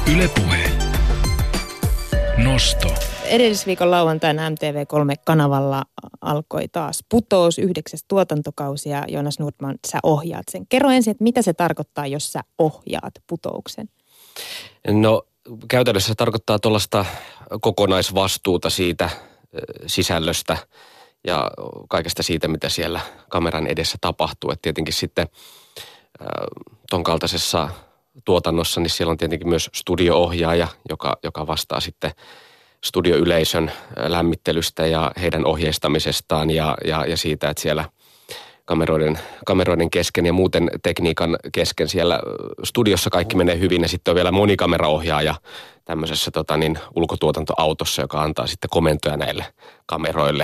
Yle Puhe. Nosto. Edellisviikon lauantaina MTV3-kanavalla alkoi taas Putous, 9. tuotantokausi, ja Joonas Nordman, sä ohjaat sen. Kerro ensin, että mitä se tarkoittaa, jos sä ohjaat Putouksen? No käytännössä se tarkoittaa tuollaista kokonaisvastuuta siitä sisällöstä ja kaikesta siitä, mitä siellä kameran edessä tapahtuu. Et tietenkin sitten ton kaltaisessa tuotannossa, niin siellä on tietenkin myös studio-ohjaaja, joka vastaa sitten studioyleisön lämmittelystä ja heidän ohjeistamisestaan ja siitä, että siellä kameroiden kesken ja muuten tekniikan kesken siellä studiossa kaikki menee hyvin. Ja sitten on vielä monikameraohjaaja tämmöisessä ulkotuotantoautossa, joka antaa sitten komentoja näille kameroille.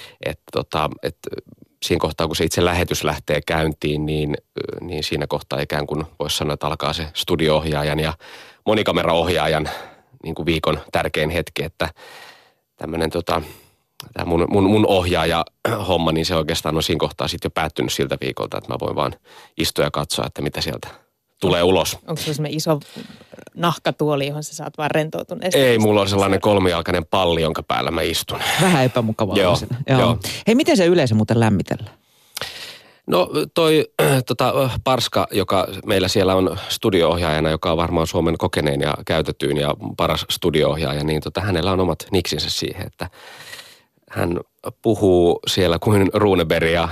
Siinä kohtaa, kun se itse lähetys lähtee käyntiin, niin siinä kohtaa ikään kuin voisi sanoa, että alkaa se studio-ohjaajan ja monikameraohjaajan niin kuin viikon tärkein hetki, että tämmöinen tämä mun ohjaaja-homma, niin se oikeastaan on siinä kohtaa sitten jo päättynyt siltä viikolta, että mä voin vaan istua ja katsoa, että mitä sieltä tulee ulos. Onko se sellainen iso nahkatuoli, johon sä saat vaan rentoutuneesti? Ei, mulla on sellainen kolmijalkainen palli, jonka päällä mä istun. Vähän epämukavaa. Joo. Hei, miten se yleisö muuten lämmitellään? No toi Parska, joka meillä siellä on studio-ohjaajana, joka on varmaan Suomen kokenein ja käytetyin ja paras studio-ohjaaja, niin hänellä on omat niksinsä siihen, että hän puhuu siellä kuin Runeberg ja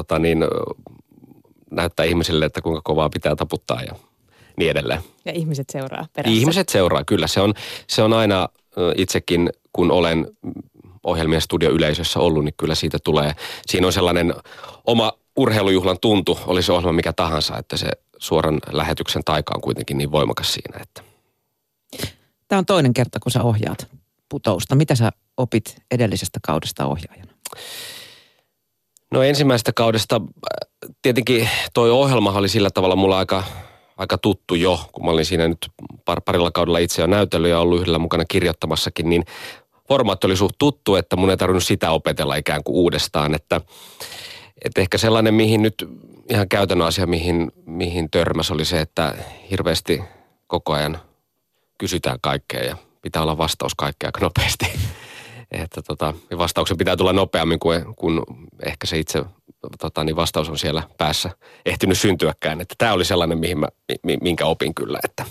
näyttää ihmisille, että kuinka kovaa pitää taputtaa ja niin edelleen. Ja ihmiset seuraa perässä. Ihmiset seuraa, kyllä. Se on aina itsekin, kun olen ohjelmien studioyleisössä ollut, niin kyllä siitä tulee. Siinä on sellainen oma urheilujuhlan tuntu, oli se ohjelma mikä tahansa, että se suoran lähetyksen taika on kuitenkin niin voimakas siinä. Että. Tämä on toinen kerta, kun sä ohjaat Putousta. Mitä sä opit edellisestä kaudesta ohjaajana? No ensimmäisestä kaudesta tietenkin toi ohjelma oli sillä tavalla mulla aika tuttu jo, kun mä olin siinä nyt parilla kaudella itse jo näytellyt ja ollut yhdellä mukana kirjoittamassakin, niin formaatti oli suht tuttu, että mun ei tarvinnut sitä opetella ikään kuin uudestaan, että ehkä sellainen, mihin nyt ihan käytännön asia, mihin törmäs oli se, että hirveästi koko ajan kysytään kaikkea ja pitää olla vastaus kaikkea aika nopeasti. Että vastauksen pitää tulla nopeammin kuin ehkä se itse vastaus on siellä päässä ehtinyt syntyäkään. Että tämä oli sellainen, minkä opin kyllä, että.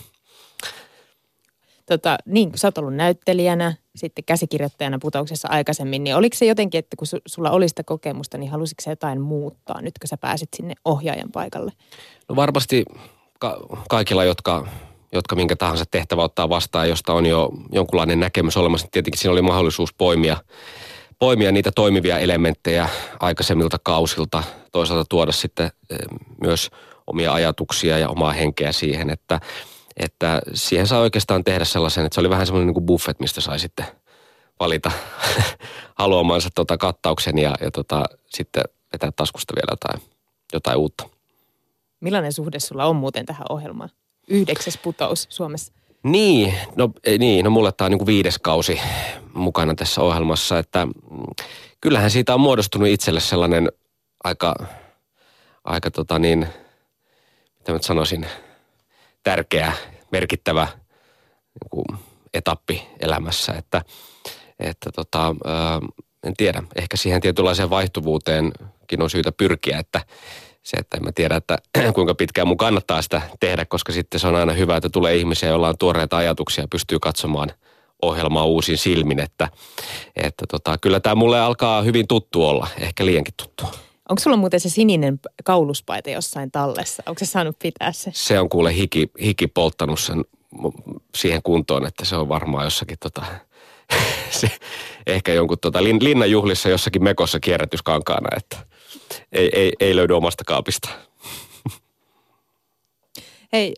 Niin, kun sä oot ollut näyttelijänä, sitten käsikirjoittajana Putouksessa aikaisemmin, niin oliko se jotenkin, että kun sulla oli sitä kokemusta, niin halusitko sä jotain muuttaa nyt, kun sä pääsit sinne ohjaajan paikalle? No varmasti kaikilla, jotka minkä tahansa tehtävä ottaa vastaan, josta on jo jonkunlainen näkemys olemassa. Tietenkin siinä oli mahdollisuus poimia niitä toimivia elementtejä aikaisemmilta kausilta. Toisaalta tuoda sitten myös omia ajatuksia ja omaa henkeä siihen, että siihen saa oikeastaan tehdä sellaisen, että se oli vähän semmoinen niin kuin buffet, mistä sai sitten valita haluamansa kattauksen ja sitten vetää taskusta vielä jotain uutta. Millainen suhde sulla on muuten tähän ohjelmaan? 9. Putous Suomessa. Niin, no mulle tämä on niin kuin 5. kausi mukana tässä ohjelmassa, että kyllähän siitä on muodostunut itselle sellainen aika mitä mä sanoisin, tärkeä, merkittävä niin kuin etappi elämässä, että en tiedä, ehkä siihen tietynlaiseen vaihtuvuuteenkin on syytä pyrkiä, että en mä tiedä, että kuinka pitkään mun kannattaa sitä tehdä, koska sitten se on aina hyvä, että tulee ihmisiä, joilla on tuoreita ajatuksia ja pystyy katsomaan ohjelmaa uusin silmin, että kyllä tämä mulle alkaa hyvin tuttu olla, ehkä liiankin tuttu. Onko sulla muuten se sininen kauluspaita jossain tallessa? Onko se saanut pitää se? Se on kuule hiki polttanut sen siihen kuntoon, että se on varmaan jossakin se, ehkä jonkun linnanjuhlissa jossakin mekossa kierrätyskankaana, että ei löydy omasta kaapista. Hei,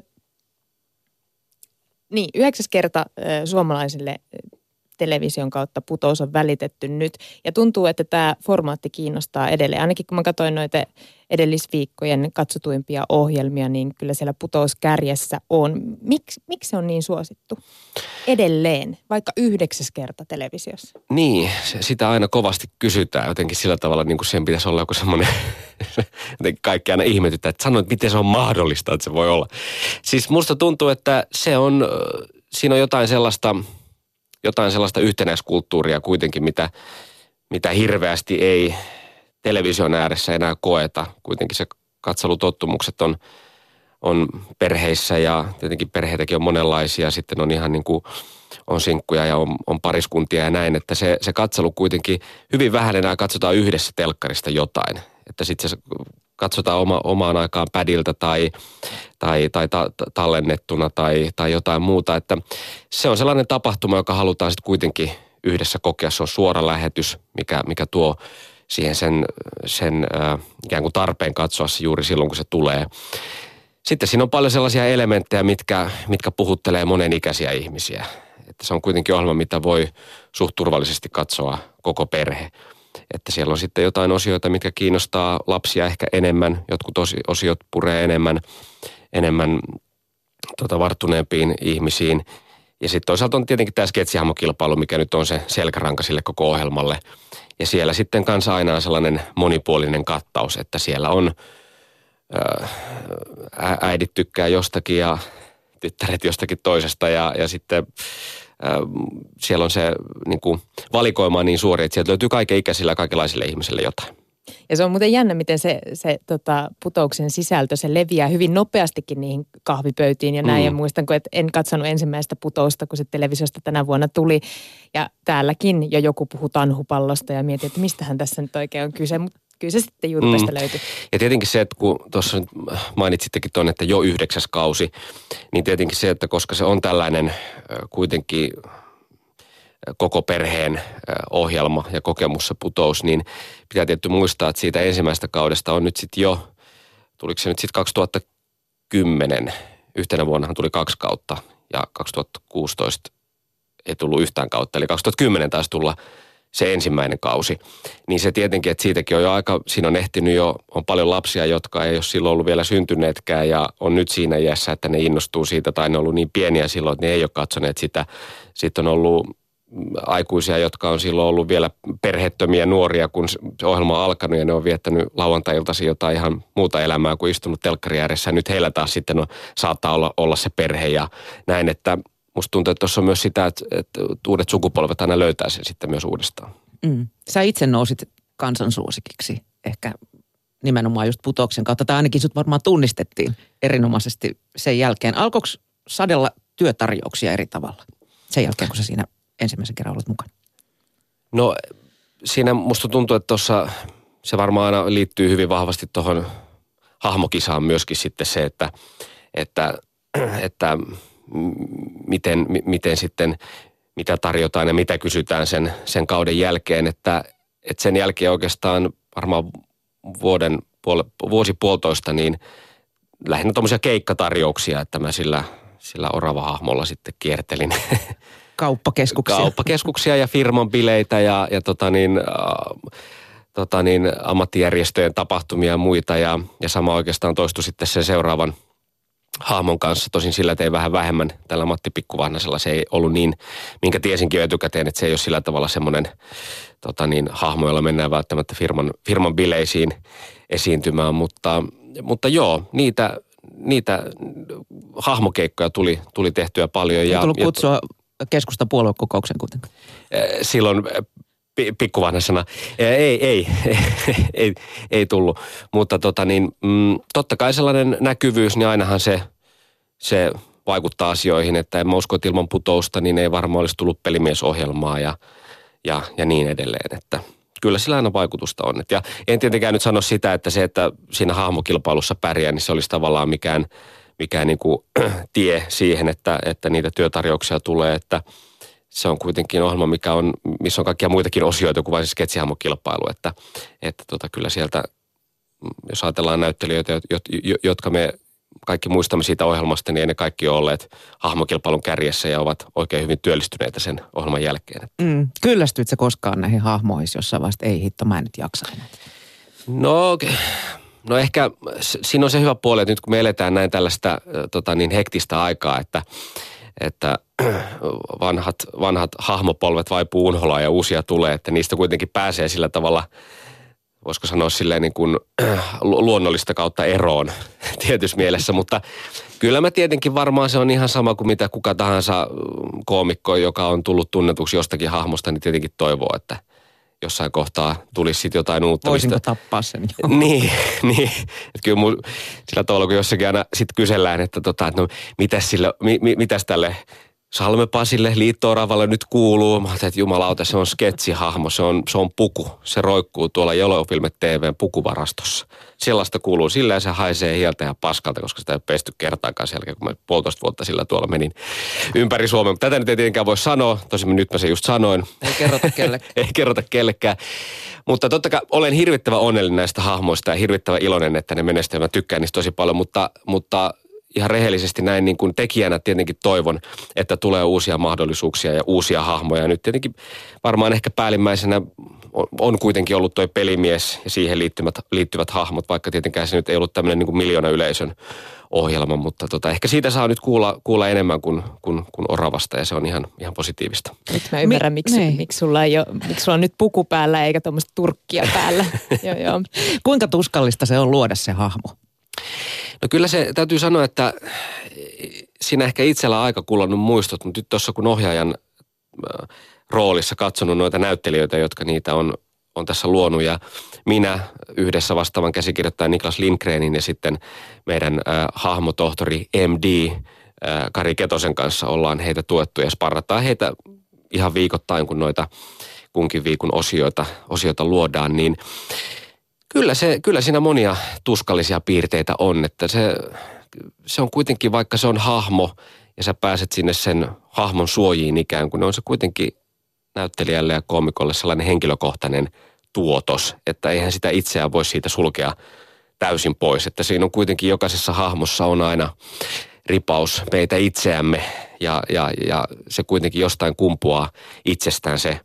9. kerta suomalaisille television kautta Putous on välitetty nyt. Ja tuntuu, että tämä formaatti kiinnostaa edelleen. Ainakin kun mä katsoin noita edellisviikkojen katsotuimpia ohjelmia, niin kyllä siellä Putous kärjessä on. Miksi se on niin suosittu? edelleen, vaikka 9. kerta televisiossa? Niin, sitä aina kovasti kysytään jotenkin sillä tavalla, niin kuin sen pitäisi olla joku semmoinen, jotenkin kaikki aina ihmetytään, että sanoit, miten se on mahdollista, että se voi olla. Siis musta tuntuu, että siinä on jotain sellaista yhtenäiskulttuuria kuitenkin, mitä hirveästi ei television ääressä enää koeta. Kuitenkin se katselutottumukset on perheissä ja tietenkin perheitäkin on monenlaisia. Sitten on ihan niin kuin on sinkkuja ja on pariskuntia ja näin, että se katselu kuitenkin hyvin vähän enää katsotaan yhdessä telkkarista jotain. Että sitten se katsotaan omaan aikaan pädiltä tai tallennettuna tai jotain muuta. Että se on sellainen tapahtuma, joka halutaan sitten kuitenkin yhdessä kokea. Se on suora lähetys, mikä tuo siihen sen ikään kuin tarpeen katsoa se juuri silloin, kun se tulee. Sitten siinä on paljon sellaisia elementtejä, mitkä puhuttelee monenikäisiä ihmisiä. Että se on kuitenkin ohjelma, mitä voi suht turvallisesti katsoa koko perhe. Että siellä on sitten jotain osioita, mitkä kiinnostaa lapsia ehkä enemmän. Jotkut osiot puree enemmän varttuneempiin ihmisiin. Ja sitten toisaalta on tietenkin tämä sketsihahmokilpailu, mikä nyt on se selkäranka sille koko ohjelmalle. Ja siellä sitten kanssa aina on sellainen monipuolinen kattaus, että siellä on äidit tykkää jostakin ja tyttäret jostakin toisesta ja sitten siellä on se niin kuin valikoima niin suuri, että sieltä löytyy kaiken ikäisillä ja kaikenlaisille ihmisille jotain. Ja se on muuten jännä, miten se putouksen sisältö, se leviää hyvin nopeastikin niihin kahvipöytiin ja näin. Ja muistan, että en katsonut ensimmäistä putousta, kun se televisiosta tänä vuonna tuli. Ja täälläkin jo joku puhui tanhupallosta ja mietin, että mistähän tässä nyt oikein on kyse. Mutta kyllä se sitten YouTubesta löytyy. Ja tietenkin se, että kun tuossa mainitsittekin tuonne, että jo 9. kausi, niin tietenkin se, että koska se on tällainen kuitenkin koko perheen ohjelma ja kokemus se putous, niin pitää tietty muistaa, että siitä ensimmäisestä kaudesta on nyt sitten jo, tuliko se nyt sitten 2010, yhtenä vuonnahan tuli 2 kautta ja 2016 ei tullut yhtään kautta, eli 2010 taisi tulla se ensimmäinen kausi. Niin se tietenkin, että siitäkin on jo aika, siinä on ehtinyt jo, on paljon lapsia, jotka ei ole silloin ollut vielä syntyneetkään ja on nyt siinä iässä, että ne innostuu siitä tai ne on ollut niin pieniä silloin, että ne ei ole katsoneet sitä. Sitten on ollut aikuisia, jotka on silloin ollut vielä perheettömiä nuoria, kun se ohjelma on alkanut ja ne on viettänyt lauantai-iltaisin jotain ihan muuta elämää kuin istunut telkkari ääressä. Nyt heillä taas sitten saattaa olla se perhe ja näin, että musta tuntuu, että tuossa on myös sitä, että uudet sukupolvet aina löytää sen sitten myös uudestaan. Sä itse nousit kansansuosikiksi ehkä nimenomaan just putouksen kautta, tai ainakin sut varmaan tunnistettiin erinomaisesti sen jälkeen. Alkoiko sadella työtarjouksia eri tavalla sen jälkeen, kun sä siinä ensimmäisen kerran olet mukana? No siinä musta tuntuu, että tuossa se varmaan aina liittyy hyvin vahvasti tuohon hahmokisaan myöskin sitten se, että miten sitten, mitä tarjotaan ja mitä kysytään sen kauden jälkeen, että sen jälkeen oikeastaan varmaan vuosi puolitoista, niin lähinnä tuommoisia keikkatarjouksia, että mä sillä orava-hahmolla sitten kiertelin. Kauppakeskuksia ja firman bileitä ja ammattijärjestöjen tapahtumia ja muita ja sama oikeastaan toistui sitten sen seuraavan hahmon kanssa. Tosin sillä tein vähän vähemmän tällä Matti Pikkuvahnasella. Se ei ollut niin, minkä tiesinkin jo etukäteen, että se ei ole sillä tavalla semmoinen hahmo, jolla mennään välttämättä firman bileisiin esiintymään. Mutta joo, niitä hahmokeikkoja tuli tehtyä paljon. Ei tullut kutsua keskustan puoluekokouksen kuitenkaan. Silloin Pikkuvahnasena. Ei tullut. Mutta totta kai sellainen näkyvyys, niin ainahan se vaikuttaa asioihin, että en mä usko, että ilman putousta niin ei varmaan olisi tullut pelimiesohjelmaa ja niin edelleen, että kyllä sillä aina vaikutusta on. Ja en tietenkään nyt sano sitä, että se, että siinä hahmokilpailussa pärjää, niin se olisi tavallaan mikään niin kuin tie siihen, että niitä työtarjouksia tulee, että se on kuitenkin ohjelma, missä on kaikkia muitakin osioita kuin vain se sketsihahmokilpailu, että kyllä sieltä, jos ajatellaan näyttelijöitä, jotka me kaikki muistamme siitä ohjelmasta, niin ei ne kaikki ole olleet hahmokilpailun kärjessä ja ovat oikein hyvin työllistyneitä sen ohjelman jälkeen. Kyllästyit sä koskaan näihin hahmoihin jossain vaiheessa, ei hitto, mä en nyt jaksa enää? No ehkä siinä on se hyvä puoli, että nyt kun me eletään näin tällaista hektistä aikaa, että vanhat hahmopolvet vaipuu unholaan ja uusia tulee, että niistä kuitenkin pääsee sillä tavalla, voisiko sanoa silleen niin kuin luonnollista kautta eroon tietyssä mielessä, mutta kyllä mä tietenkin varmaan se on ihan sama kuin mitä kuka tahansa koomikko, joka on tullut tunnetuksi jostakin hahmosta, niin tietenkin toivoo, että jossain kohtaa tulisi sitten jotain uutta. Voisinko tappaa sen? Niin. Että kyllä sillä tavalla, kun jossakin aina sitten kysellään, että no mitäs tälle Salme Pasille, Liitto-oravalle nyt kuuluu. Mä ajattelin, että jumalauta, se on sketsihahmo, se on puku. Se roikkuu tuolla Yellow-filmet TV:n pukuvarastossa. Sellaista kuuluu sillä ja se haisee hieltä ja paskalta, koska sitä ei ole pesty kertaakaan sen jälkeen, kun mä 1,5 vuotta sillä tuolla menin ympäri Suomen. Tätä nyt ei tietenkään voi sanoa, tosin nyt mä sen just sanoin. Ei kerrota kellekään. Ei kerrota kellekään. Mutta totta kai olen hirvittävän onnellinen näistä hahmoista ja hirvittävän iloinen, että ne menestyy. Mä tykkään niistä tosi paljon, mutta ihan rehellisesti näin niin kuin tekijänä tietenkin toivon, että tulee uusia mahdollisuuksia ja uusia hahmoja. Ja nyt tietenkin varmaan ehkä päällimmäisenä on kuitenkin ollut toi pelimies ja siihen liittyvät hahmot, vaikka tietenkään se nyt ei ollut tämmöinen niin kuin miljoona yleisön ohjelma, mutta ehkä siitä saa nyt kuulla enemmän kuin oravasta ja se on ihan positiivista. Nyt mä ymmärrän, miksi sulla on nyt puku päällä eikä tuommoista turkkia päällä. Joo. Kuinka tuskallista se on luoda se hahmo? No kyllä se täytyy sanoa, että siinä ehkä itsellä aika kulannut muistot, mutta nyt tuossa kun ohjaajan roolissa katsonut noita näyttelijöitä, jotka niitä on tässä luonut ja minä yhdessä vastaavan käsikirjoittajan Niklas Lindgrenin ja sitten meidän hahmotohtori MD Kari Ketosen kanssa ollaan heitä tuettu ja sparrataan heitä ihan viikoittain, kun noita kunkin viikon osioita luodaan, niin Kyllä siinä monia tuskallisia piirteitä on, että se on kuitenkin, vaikka se on hahmo ja sä pääset sinne sen hahmon suojiin ikään kuin, on se kuitenkin näyttelijälle ja koomikolle sellainen henkilökohtainen tuotos, että eihän sitä itseään voi siitä sulkea täysin pois, että siinä on kuitenkin jokaisessa hahmossa on aina ripaus meitä itseämme ja se kuitenkin jostain kumpuaa itsestään se,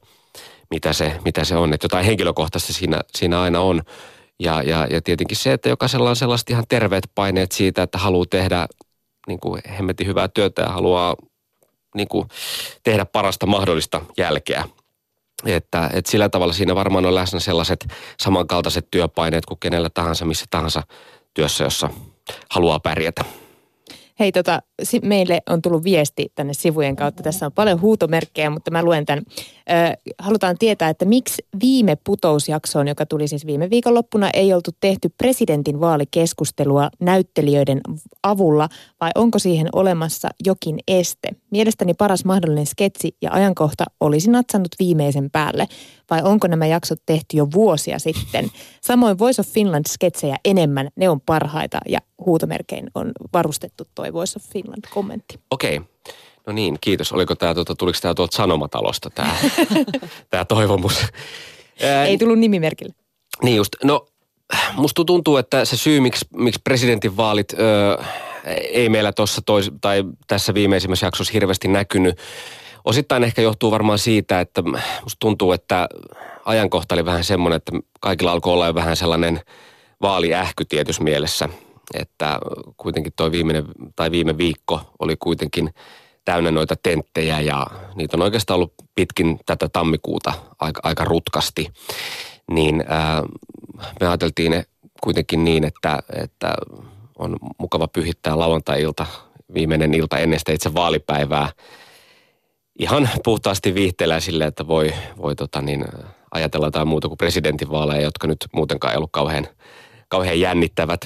mitä se on, että jotain henkilökohtaista siinä aina on. Ja tietenkin se, että jokaisella on sellaiset ihan terveet paineet siitä, että haluaa tehdä niin kuin hemmetin hyvää työtä ja haluaa niin kuin tehdä parasta mahdollista jälkeä. Että sillä tavalla siinä varmaan on läsnä sellaiset samankaltaiset työpaineet kuin kenellä tahansa, missä tahansa työssä, jossa haluaa pärjätä. Hei, meille on tullut viesti tänne sivujen kautta. Tässä on paljon huutomerkkejä, mutta mä luen tämän. Halutaan tietää, että miksi viime putousjaksoon, joka tuli siis viime viikonloppuna, ei oltu tehty presidentin vaalikeskustelua näyttelijöiden avulla, vai onko siihen olemassa jokin este? Mielestäni paras mahdollinen sketsi ja ajankohta olisi natsannut viimeisen päälle, vai onko nämä jaksot tehty jo vuosia sitten? Samoin Voice of Finland-sketsejä enemmän, ne on parhaita ja huutomerkein on varustettu toi Voice of Finland-kommentti. Okei. No niin, kiitos. Tuliko tämä tuolta Sanomatalosta tämä toivomus? Ei tullut nimimerkille. Niin just. No, musta tuntuu, että se syy, miksi presidentinvaalit ei meillä tuossa tai tässä viimeisimmässä jaksossa hirveästi näkynyt, osittain ehkä johtuu varmaan siitä, että musta tuntuu, että ajankohta oli vähän semmoinen, että kaikilla alkoi olla jo vähän sellainen vaaliähky tietyssä mielessä, että kuitenkin viime viikko oli kuitenkin täynnä noita tenttejä ja niitä on oikeastaan ollut pitkin tätä tammikuuta aika rutkasti, niin me ajateltiin kuitenkin niin, että on mukava pyhittää lauantai-ilta, viimeinen ilta ennen sitä itse vaalipäivää, ihan puhtaasti viihteellä silleen, että voi ajatella jotain muuta kuin presidentinvaaleja, jotka nyt muutenkaan ei ollut kauhean jännittävät.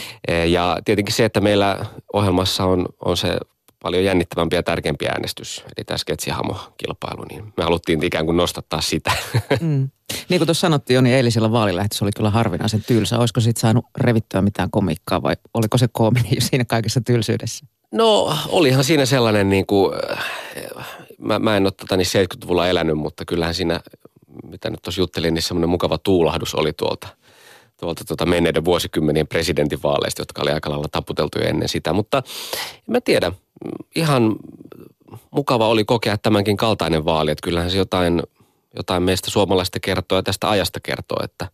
Ja tietenkin se, että meillä ohjelmassa on se paljon jännittävämpi ja tärkeämpi äänestys, eli tämä sketsihahmokilpailu, niin me haluttiin ikään kuin nostattaa sitä. Niin kuin tuossa sanottiin jo, niin eilisellä vaalilähetys oli kyllä harvinaisen tylsä. Olisiko siitä saanut revittyä mitään komiikkaa vai oliko se koominen jo siinä kaikessa tylsyydessä? No olihan siinä sellainen niin kuin, mä en ole 70-luvulla elänyt, mutta kyllähän siinä, mitä nyt tuossa juttelin, niin semmoinen mukava tuulahdus oli tuolta menneiden vuosikymmenien presidentinvaaleista, jotka oli aika lailla taputeltu jo ennen sitä. Mutta en mä tiedä, ihan mukava oli kokea tämänkin kaltainen vaali, että kyllähän se jotain meistä suomalaista kertoo ja tästä ajasta kertoo, että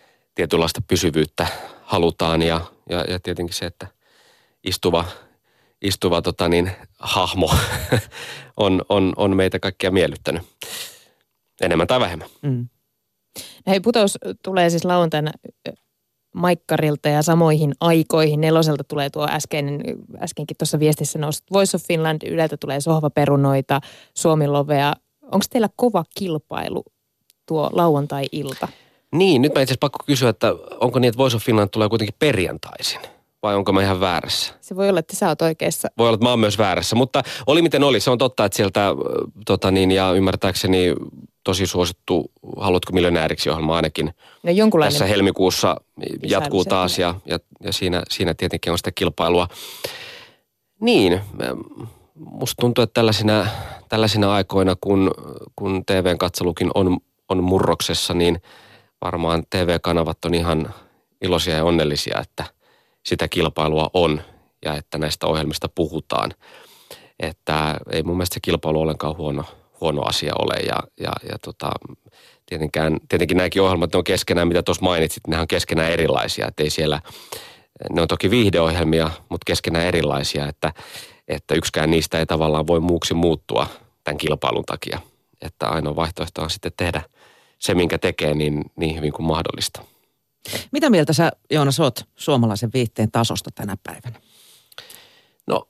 tietynlaista pysyvyyttä halutaan ja tietenkin se, että istuva hahmo on meitä kaikkia miellyttänyt. Enemmän tai vähemmän. Mm. Hei, Putous tulee siis lauantaina Maikkarilta ja samoihin aikoihin. 4 tulee tuo äskenkin tuossa viestissä noussut Voice of Finland, Yleltä tulee Sohvaperunoita, Suomi-lovea. Onko teillä kova kilpailu tuo lauantai-ilta? Niin, nyt mä itse asiassa pakko kysyä, että onko niin, että Voice of Finland tulee kuitenkin perjantaisin? Vai onko mä ihan väärässä? Se voi olla, että sä oot oikeassa. Voi olla, että mä oon myös väärässä, mutta oli miten oli. Se on totta, että sieltä ja ymmärtääkseni tosi suosittu Haluatko miljonääriksi -ohjelma ainakin tässä helmikuussa jatkuu taas ja siinä tietenkin on sitä kilpailua. Niin, musta tuntuu, että tällaisina aikoina, kun TVn katselukin on murroksessa, niin varmaan TV-kanavat on ihan iloisia ja onnellisia, että sitä kilpailua on ja että näistä ohjelmista puhutaan. Että ei mun mielestä se kilpailu ollenkaan huono asia ole ja tietenkin nämäkin ohjelmat on keskenään, mitä tuossa mainitsit, ne on keskenään erilaisia, että ei siellä, ne on toki viihdeohjelmia, mutta keskenään erilaisia, että yksikään niistä ei tavallaan voi muuksi muuttua tämän kilpailun takia, että ainoa vaihtoehto on sitten tehdä se, minkä tekee niin hyvin kuin mahdollista. Mitä mieltä sä, Joonas, oot suomalaisen viihteen tasosta tänä päivänä? No,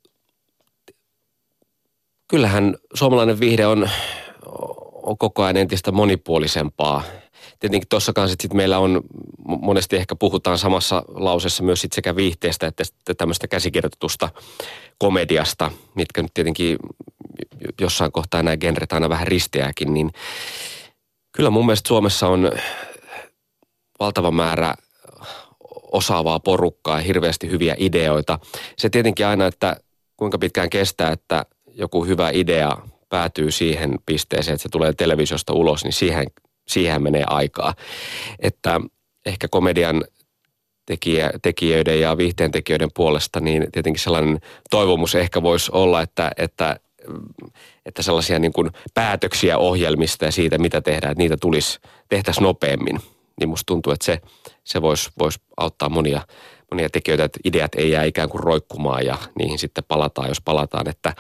kyllähän suomalainen viihde on koko ajan entistä monipuolisempaa. Tietenkin tuossa kanssa sit meillä on, monesti ehkä puhutaan samassa lauseessa myös sit sekä viihteestä että tämmöistä käsikirjoitetusta komediasta, mitkä nyt tietenkin jossain kohtaa nämä genret aina vähän risteääkin, niin kyllä mun mielestä Suomessa on valtava määrä osaavaa porukkaa ja hirveästi hyviä ideoita. Se tietenkin aina, että kuinka pitkään kestää, että joku hyvä idea päätyy siihen pisteeseen, että se tulee televisiosta ulos, niin siihen menee aikaa. Että ehkä komedian tekijöiden ja viihteen tekijöiden puolesta, niin tietenkin sellainen toivomus ehkä voisi olla, että sellaisia niin kuin päätöksiä ohjelmista ja siitä, mitä tehdään, että niitä tehtäisiin nopeammin. Niin musta tuntuu, että se voisi auttaa monia tekijöitä, että ideat ei jää ikään kuin roikkumaan ja niihin sitten palataan, jos palataan, että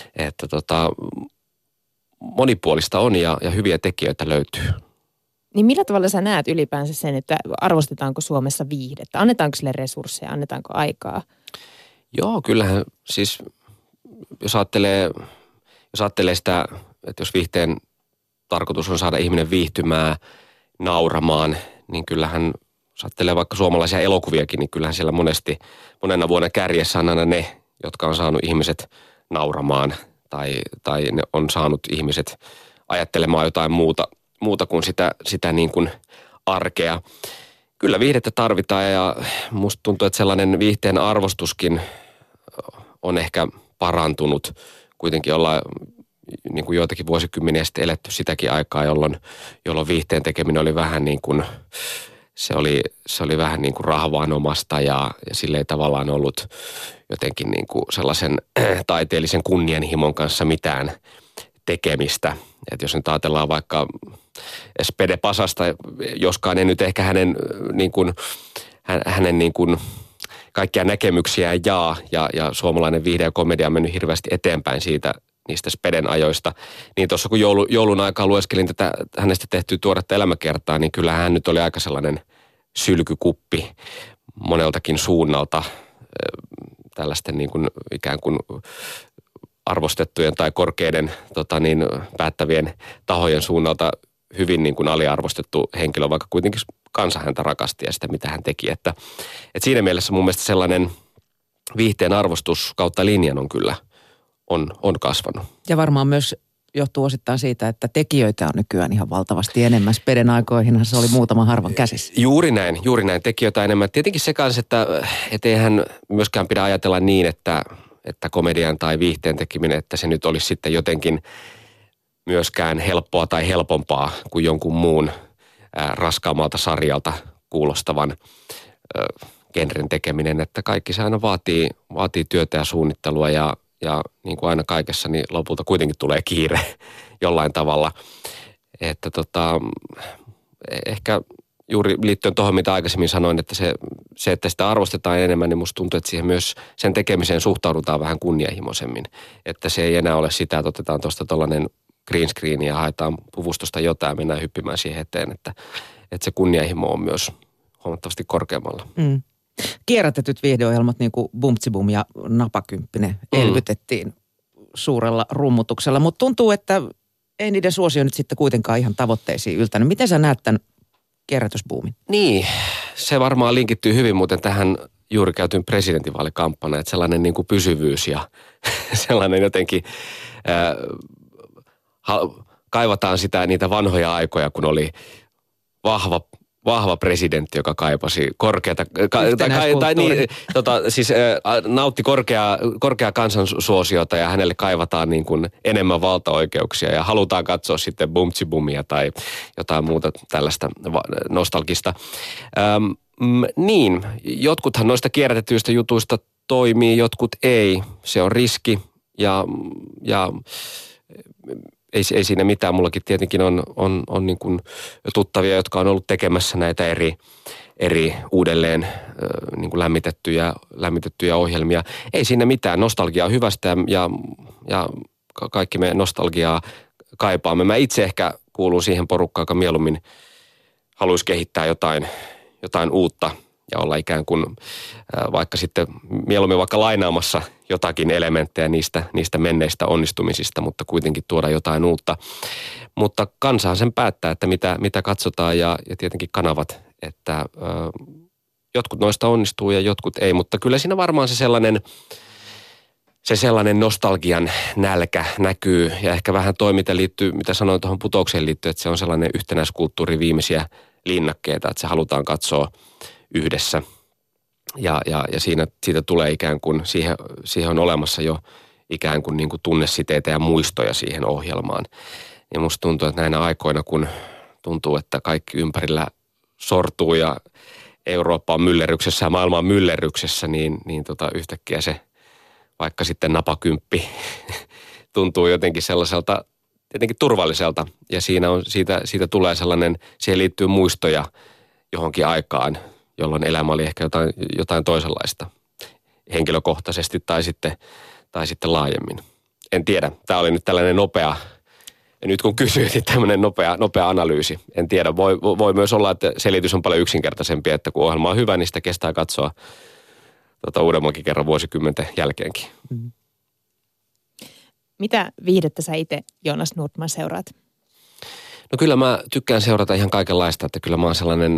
monipuolista on ja hyviä tekijöitä löytyy. Niin millä tavalla sä näet ylipäänsä sen, että arvostetaanko Suomessa viihdettä? Annetaanko sille resursseja, annetaanko aikaa? Joo, kyllähän siis, jos ajattelee sitä, että jos viihteen tarkoitus on saada ihminen viihtymään, nauramaan, niin kyllähän, jos ajattelee vaikka suomalaisia elokuviakin, niin kyllähän siellä monena vuonna kärjessä on aina ne, jotka on saanut ihmiset nauramaan tai ne on saanut ihmiset ajattelemaan jotain muuta kuin sitä niin kuin arkea. Kyllä viihdettä tarvitaan ja musta tuntuu, että sellainen viihteen arvostuskin on ehkä parantunut. Kuitenkin ollaan niin kuin joitakin vuosikymmeniä sitten eletty sitäkin aikaa, jolloin viihteen tekeminen oli vähän niin kuin, se oli vähän niin kuin rahvaanomasta ja sille ei tavallaan ollut jotenkin niin kuin sellaisen taiteellisen kunnianhimon kanssa mitään tekemistä. Että jos nyt ajatellaan vaikka Spede Pasasta, joskaan en nyt ehkä hänen niin kuin kaikkia näkemyksiään ja suomalainen viihde ja komedia on mennyt hirveästi eteenpäin niistä Speden ajoista. Niin tuossa kun joulun aikaa lueskelin tätä hänestä tehtyä tuoretta elämäkertaa, niin kyllä hän nyt oli aika sellainen sylkykuppi moneltakin suunnalta tällaisten niin kuin ikään kuin arvostettujen tai korkeiden päättävien tahojen suunnalta hyvin niin kuin aliarvostettu henkilö, vaikka kuitenkin kansa häntä rakasti ja sitä, mitä hän teki. Että siinä mielessä mun mielestä sellainen viihteen arvostus kautta linjan on kyllä on kasvanut. Ja varmaan myös johtuu osittain siitä, että tekijöitä on nykyään ihan valtavasti enemmän. Speden aikoihinhan se oli muutama harvan käsissä. Juuri näin. Tekijöitä enemmän. Tietenkin se kanssa, että eihän myöskään pidä ajatella niin, että komedian tai viihteen tekeminen, että se nyt olisi sitten jotenkin myöskään helppoa tai helpompaa kuin jonkun muun raskaammalta sarjalta kuulostavan genren tekeminen. Että kaikki se aina vaatii työtä ja suunnittelua ja niin kuin aina kaikessa, niin lopulta kuitenkin tulee kiire jollain tavalla. Että ehkä juuri liittyen tuohon, mitä aikaisemmin sanoin, että se, että sitä arvostetaan enemmän, niin musta tuntuu, että siihen myös sen tekemiseen suhtaudutaan vähän kunnianhimoisemmin. Että se ei enää ole sitä, että otetaan tuosta tuollainen green screen ja haetaan puvustosta jotain ja mennään hyppimään siihen eteen, että se kunnianhimo on myös huomattavasti korkeammalla. Kierrätetyt viihdeohjelmat niin kuin Bumtsibum ja Napakymppinen elvytettiin suurella rummutuksella, mutta tuntuu, että ei niiden suosio nyt sitten kuitenkaan ihan tavoitteisiin yltänyt. Miten sä näet tämän kierrätysbuumin? Niin, se varmaan linkittyy hyvin muuten tähän juuri käytyn presidentinvaalikampanjaan, että sellainen niin kuin pysyvyys ja sellainen jotenkin kaivataan niitä vanhoja aikoja, kun oli vahva presidentti, joka kaipasi korkeata, nautti korkeaa kansansuosiota ja hänelle kaivataan niin kuin enemmän valtaoikeuksia ja halutaan katsoa sitten Bumtsibumia tai jotain muuta tällaista nostalgista. Niin, jotkuthan noista kierrätetyistä jutuista toimii, jotkut ei. Se on riski ja ei siinä mitään. Mullakin tietenkin on niin kuin tuttavia, jotka on ollut tekemässä näitä eri uudelleen niin kuin lämmitettyjä ohjelmia. Ei siinä mitään. Nostalgia on hyvästä ja kaikki me nostalgiaa kaipaamme. Mä itse ehkä kuulun siihen porukkaan, joka mieluummin haluaisi kehittää jotain uutta ja olla ikään kuin vaikka sitten mieluummin vaikka lainaamassa jotakin elementtejä niistä menneistä onnistumisista, mutta kuitenkin tuoda jotain uutta. Mutta kansahan sen päättää, että mitä katsotaan ja tietenkin kanavat, että jotkut noista onnistuu ja jotkut ei, mutta kyllä siinä varmaan se sellainen nostalgian nälkä näkyy ja ehkä vähän mitä liittyy, mitä sanoin tuohon Putoukseen liittyen, että se on sellainen yhtenäiskulttuurin viimeisiä linnakkeita, että se halutaan katsoa yhdessä ja siitä tulee ikään kuin, siihen on olemassa jo ikään kuin, tunnesiteitä ja muistoja siihen ohjelmaan. Ja musta tuntuu, että näinä aikoina, kun tuntuu, että kaikki ympärillä sortuu ja Eurooppa on myllerryksessä ja maailma on myllerryksessä, niin yhtäkkiä se vaikka sitten napakymppi tuntuu jotenkin sellaiselta, jotenkin turvalliselta. Ja siitä tulee sellainen, siihen liittyy muistoja johonkin aikaan, jolloin elämä oli ehkä jotain toisenlaista henkilökohtaisesti tai sitten laajemmin. En tiedä. Tämä oli nyt tällainen nopea, ja nyt kun kysyit, niin tämmöinen nopea analyysi. En tiedä. Voi myös olla, että selitys on paljon yksinkertaisempi, että kun ohjelma on hyvä, niin sitä kestää katsoa uudemmankin kerran vuosikymmenten jälkeenkin. Mitä viihdettä sä itse, Joonas Nordman, seuraat? No kyllä mä tykkään seurata ihan kaikenlaista, että kyllä mä oon sellainen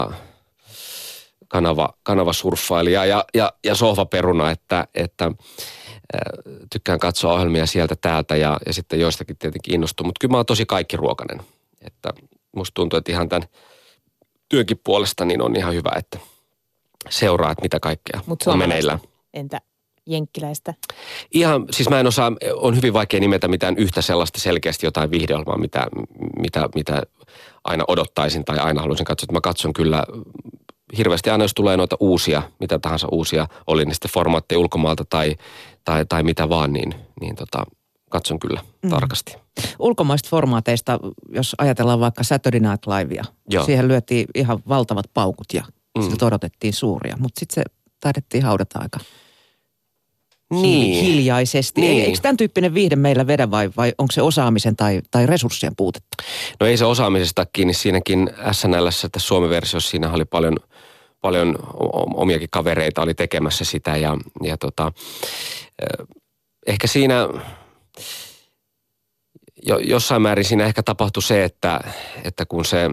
kanavasurffailija ja sohvaperuna, että tykkään katsoa ohjelmia sieltä täältä ja sitten joistakin tietenkin innostuu, mutta kyllä mä oon tosi kaikkiruokainen. Että musta tuntuu, että ihan tämän työnkin puolesta niin on ihan hyvä, että seuraa, että mitä kaikkea on meneillään. Entä jenkkiläistä? Ihan, siis mä en osaa, on hyvin vaikea nimetä mitään yhtä sellaista selkeästi jotain viihdeohjelmaa, mitä aina odottaisin tai aina haluaisin katsoa. Että mä katson kyllä hirveästi aina, jos tulee noita uusia, mitä tahansa uusia, oli ne sitten formaatteja ulkomaalta tai mitä vaan, niin katson kyllä tarkasti. Ulkomaista formaateista, jos ajatellaan vaikka Saturday Night Livea, siihen lyötiin ihan valtavat paukut ja siltä odotettiin suuria, mutta sitten se taidettiin haudata aika hiljaisesti. Niin. Eikö tämän tyyppinen viihde meillä vedä vai onko se osaamisen tai resurssien puutetta? No ei se osaamisesta kiinni. Siinäkin SNL:ssä, tässä Suomi-versiossa, siinä oli paljon omiakin kavereita oli tekemässä sitä ja ehkä siinä jossain määrin siinä ehkä tapahtui se, että kun se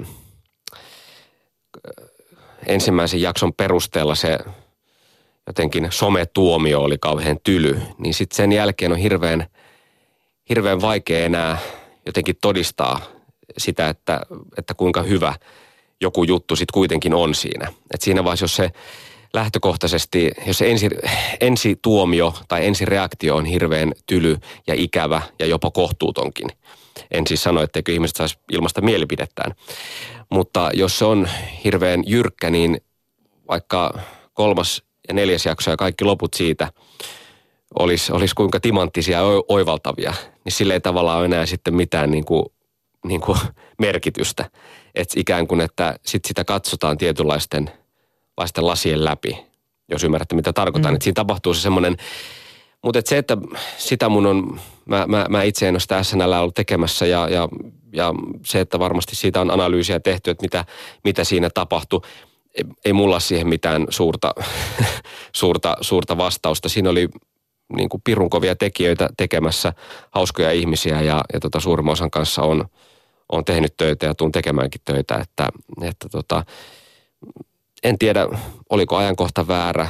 ensimmäisen jakson perusteella se jotenkin sometuomio oli kauhean tyly, niin sitten sen jälkeen on hirveän vaikea enää jotenkin todistaa sitä, että kuinka hyvä joku juttu sitten kuitenkin on siinä. Että siinä vaiheessa, jos se lähtökohtaisesti, jos se ensituomio tai ensireaktio on hirveän tyly ja ikävä ja jopa kohtuutonkin. En siis sano, etteikö ihmiset saisi ilmaista mielipidettään. Mutta jos se on hirveän jyrkkä, niin vaikka 3. ja 4. jakso ja kaikki loput siitä olisi kuinka timanttisia ja oivaltavia, niin sillä ei tavallaan ole enää sitten mitään niin kuin niin kuin merkitystä. Että ikään kuin, että sitä katsotaan tietynlaisten lasien läpi, jos ymmärrätte mitä tarkoitan. Että siinä tapahtuu se semmoinen, mutta se, että sitä mun on, mä itse en ole sitä SNL ollut tekemässä ja se, että varmasti siitä on analyysiä tehty, että mitä siinä tapahtui. Ei mulla ole siihen mitään suurta vastausta. Siinä oli niin kuin pirunkovia tekijöitä tekemässä, hauskoja ihmisiä ja suurimman osan kanssa on tehnyt töitä ja tuun tekemäänkin töitä, että en tiedä, oliko ajankohta väärä,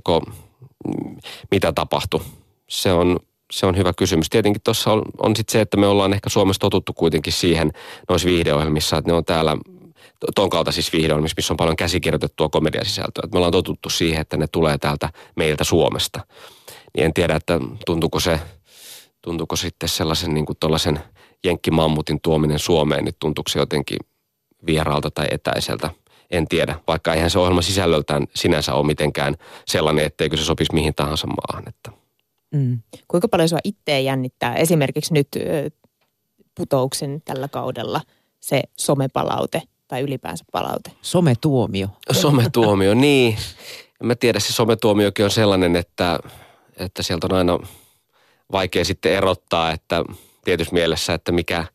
mitä tapahtui. Se on hyvä kysymys. Tietenkin tuossa on sitten se, että me ollaan ehkä Suomessa totuttu kuitenkin siihen noissa viihdeohjelmissa, että ne on täällä ton kaltaisissa viihdeohjelmissa, missä on paljon käsikirjoitettua komediasisältöä. Että me ollaan totuttu siihen, että ne tulee täältä meiltä Suomesta. Niin en tiedä, että tuntuuko sitten sellaisen niin kuin tuollaisen jenkkimammutin tuominen Suomeen, niin tuntuuko se jotenkin vieraalta tai etäiseltä. En tiedä, vaikka eihän se ohjelma sisällöltään sinänsä ole mitenkään sellainen, etteikö se sopisi mihin tahansa maahan. Että. Kuinka paljon sua itseä jännittää esimerkiksi nyt Putouksen tällä kaudella se somepalaute tai ylipäänsä palaute? Sometuomio. Sometuomio, niin. En mä tiedä, se sometuomiokin on sellainen, että sieltä on aina vaikea sitten erottaa, että tietyssä mielessä, että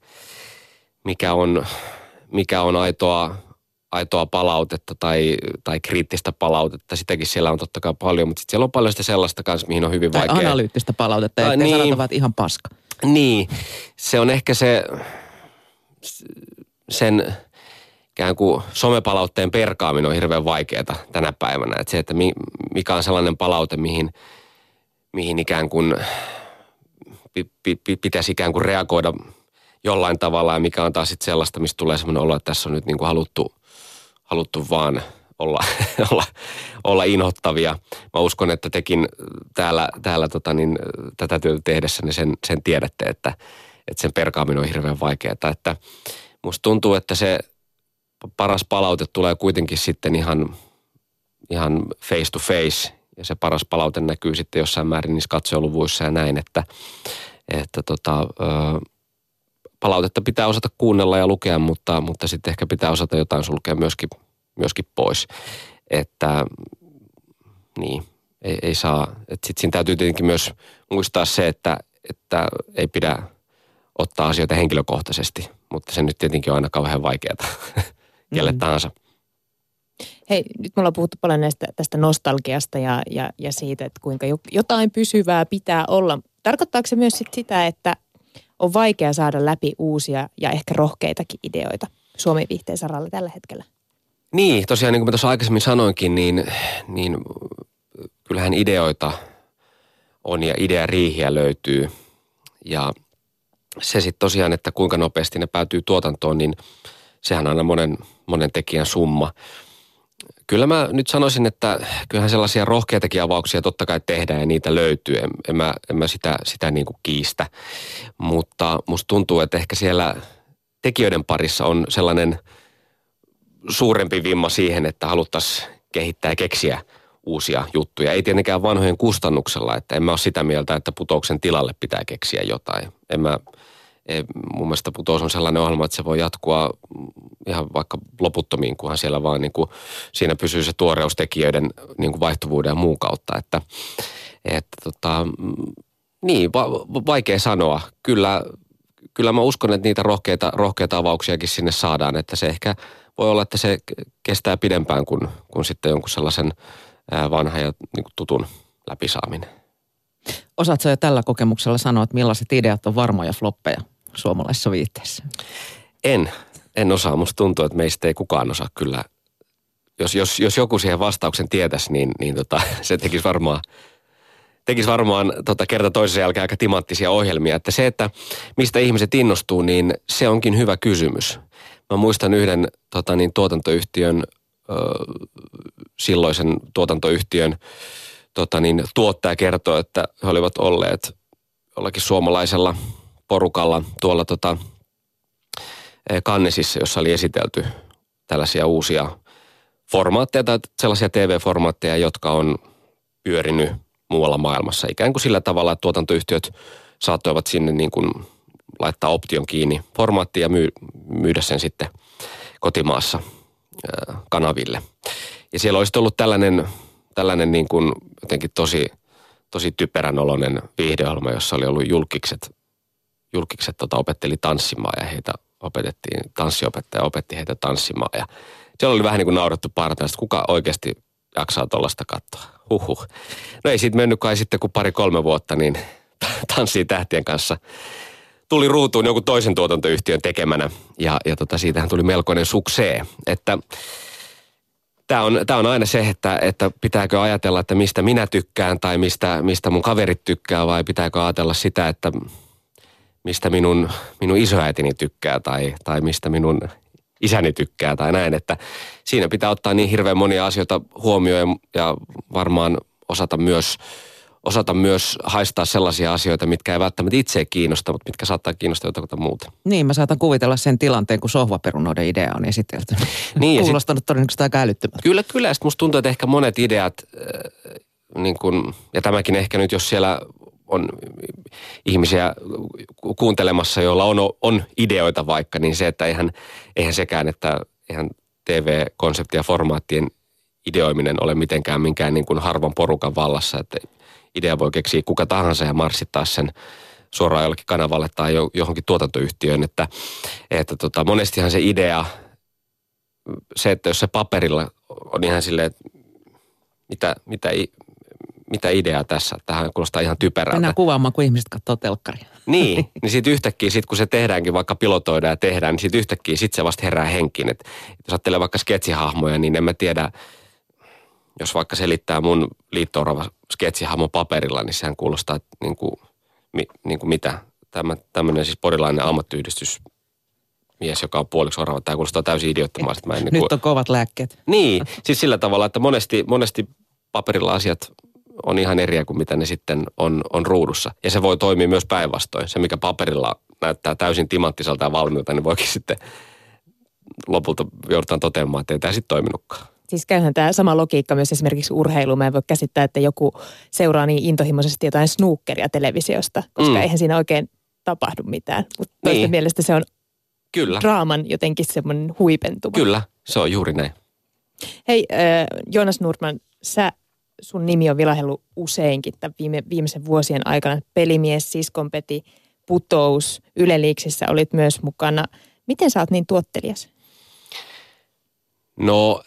mikä on aitoa palautetta tai kriittistä palautetta. Sitäkin siellä on totta kai paljon, mutta sitten siellä on paljon sitä sellaista kanssa, mihin on hyvin vaikea. Tai analyyttistä palautetta, ettei niin, sanota, että ihan paska. Niin, se on ehkä sen ikään kuin somepalautteen perkaaminen on hirveän vaikeaa tänä päivänä. Että se, että mikä on sellainen palaute, mihin ikään kuin pitäisi ikään kuin reagoida jollain tavalla ja mikä on taas sitten sellaista, mistä tulee semmoinen olo, että tässä on nyt niin kuin haluttu vaan olla inhottavia. Mä uskon, että tekin täällä tätä työtä tehdessä niin sen tiedätte, että sen perkaaminen on hirveän vaikeaa. Että musta tuntuu, että se paras palaute tulee kuitenkin sitten ihan face to face ja se paras palaute näkyy sitten jossain määrin niissä katsojuluvuissa ja näin, että palautetta pitää osata kuunnella ja lukea, mutta sitten ehkä pitää osata jotain sulkea myöskin pois. Että niin, ei saa. Että sitten siinä täytyy tietenkin myös muistaa se, että ei pidä ottaa asioita henkilökohtaisesti, mutta se nyt tietenkin on aina kauhean vaikeaa kelle tahansa. Hei, nyt me ollaan puhuttu paljon tästä nostalgiasta ja siitä, että kuinka jotain pysyvää pitää olla. Tarkoittaako se myös sitä, että on vaikea saada läpi uusia ja ehkä rohkeitakin ideoita Suomen viihteen saralla tällä hetkellä? Niin, tosiaan niin kuin mä tuossa aikaisemmin sanoinkin, niin kyllähän ideoita on ja ideariihiä löytyy. Ja se sitten tosiaan, että kuinka nopeasti ne päätyy tuotantoon, niin sehän on aina monen tekijän summa. Kyllä mä nyt sanoisin, että kyllähän sellaisia rohkeitakin avauksia totta kai tehdään ja niitä löytyy. En mä sitä niin kuin kiistä. Mutta musta tuntuu, että ehkä siellä tekijöiden parissa on sellainen suurempi vimma siihen, että haluttaisiin kehittää ja keksiä uusia juttuja. Ei tietenkään vanhojen kustannuksella, että en mä ole sitä mieltä, että Putouksen tilalle pitää keksiä jotain. Mun mielestä Putous on sellainen ohjelma, että se voi jatkua ihan vaikka loputtomiin, kunhan siellä vaan niin kuin, siinä pysyy se tuoreus tekijöiden niin kuin vaihtuvuuden ja muun kautta. Niin, vaikea sanoa. Kyllä mä uskon, että niitä rohkeita avauksiakin sinne saadaan, että se ehkä voi olla, että se kestää pidempään kuin sitten jonkun sellaisen vanhan ja niin kuin tutun läpisaaminen. Osaatko jo tällä kokemuksella sanoa, että millaiset ideat on varmoja floppeja suomalaisessa viihteessä? En osaa. Musta tuntuu, että meistä ei kukaan osaa kyllä. Jos joku siihen vastauksen tietäisi, niin se tekisi varmaan kerta toisen jälkeen aika timanttisia ohjelmia. Että se, että mistä ihmiset innostuu, niin se onkin hyvä kysymys. Mä muistan yhden tuotantoyhtiön, silloisen tuotantoyhtiön tuottaja kertoi, että he olivat olleet jollakin suomalaisella porukalla tuolla Cannesissa, jossa oli esitelty tällaisia uusia formaatteja tai sellaisia TV-formaatteja, jotka on pyörinyt muualla maailmassa. Ikään kuin sillä tavalla, että tuotantoyhtiöt saattoivat sinne niin kuin laittaa option kiinni formaattiin ja myydä sen sitten kotimaassa kanaville. Ja siellä olisi ollut tällainen niin kuin jotenkin tosi typerän oloinen viihdeohjelma, jossa oli ollut julkikset opetteli tanssimaan ja heitä opetettiin, tanssiopettaja opetti heitä tanssimaan ja siellä oli vähän niin kuin naurettu partaan, että kuka oikeasti jaksaa tuollaista katsoa. Huhhuh. No ei siitä mennyt kai sitten kuin 2-3 vuotta, niin Tanssii tähtien kanssa tuli ruutuun jonkun toisen tuotantoyhtiön tekemänä ja siitähän tuli melkoinen suksee. Että tämä on aina se, että pitääkö ajatella, että mistä minä tykkään tai mistä mun kaverit tykkää vai pitääkö ajatella sitä, että mistä minun isoäitini tykkää tai mistä minun isäni tykkää tai näin, että siinä pitää ottaa niin hirveän monia asioita huomioon ja varmaan osata myös haistaa sellaisia asioita, mitkä ei välttämättä itse kiinnosta, mutta mitkä saattaa kiinnostaa jotain muuta. Niin, mä saatan kuvitella sen tilanteen, kun sohvaperunoiden idea on esitelty. Niin, kuulostanut todennäköisesti aika älyttömältä. Kyllä, ja sitten musta tuntuu, että ehkä monet ideat, niin kun, ja tämäkin ehkä nyt, jos siellä on ihmisiä kuuntelemassa, joilla on ideoita vaikka, niin se, että eihän sekään, että eihän TV-konsepti ja formaattien ideoiminen ole mitenkään minkään niin kuin harvan porukan vallassa, että idea voi keksiä kuka tahansa ja marssittaa sen suoraan jollekin kanavalle tai johonkin tuotantoyhtiöön, että monestihan se idea, se, että jos se paperilla on ihan silleen, että mitä ideaa tässä, tähän kuulostaa ihan typerältä. Mennään kuvaamaan, kun ihmiset katsoo telkkaria. Niin sitten yhtäkkiä, kun se tehdäänkin, vaikka pilotoidaan ja tehdään, niin sitten yhtäkkiä se vasta herää henkiin. Että jos ajattelee vaikka sketsihahmoja, niin en mä tiedä, jos vaikka selittää mun liitto-orava sketsihahmo paperilla, niin sehän kuulostaa niin kuin mitä. Tämmöinen siis porilainen ammattiyhdistysmies, joka on puoliksi orava. Tämä kuulostaa täysin idioottomasti. Nyt on kovat lääkkeet. Niin, siis sillä tavalla, että monesti paperilla asiat on ihan eriä kuin mitä ne sitten on ruudussa. Ja se voi toimia myös päinvastoin. Se, mikä paperilla näyttää täysin timanttiselta ja valmiilta, niin voikin sitten lopulta joudutaan toteamaan, että ei tämä sitten toiminutkaan. Siis käyhän tämä sama logiikka myös esimerkiksi urheiluun. Mä en voi käsittää, että joku seuraa niin intohimoisesti jotain snookeria televisiosta, koska eihän siinä oikein tapahdu mitään. Mutta toisten mielestä se on kyllä draaman jotenkin semmoinen huipentuma. Kyllä, se on juuri näin. Hei, Joonas Nordman, sun nimi on vilahellut useinkin tämän viimeisen vuosien aikana. Pelimies, Siskonpeti, Putous, Yle Liiksissä olit myös mukana. Miten sä oot niin tuottelias? No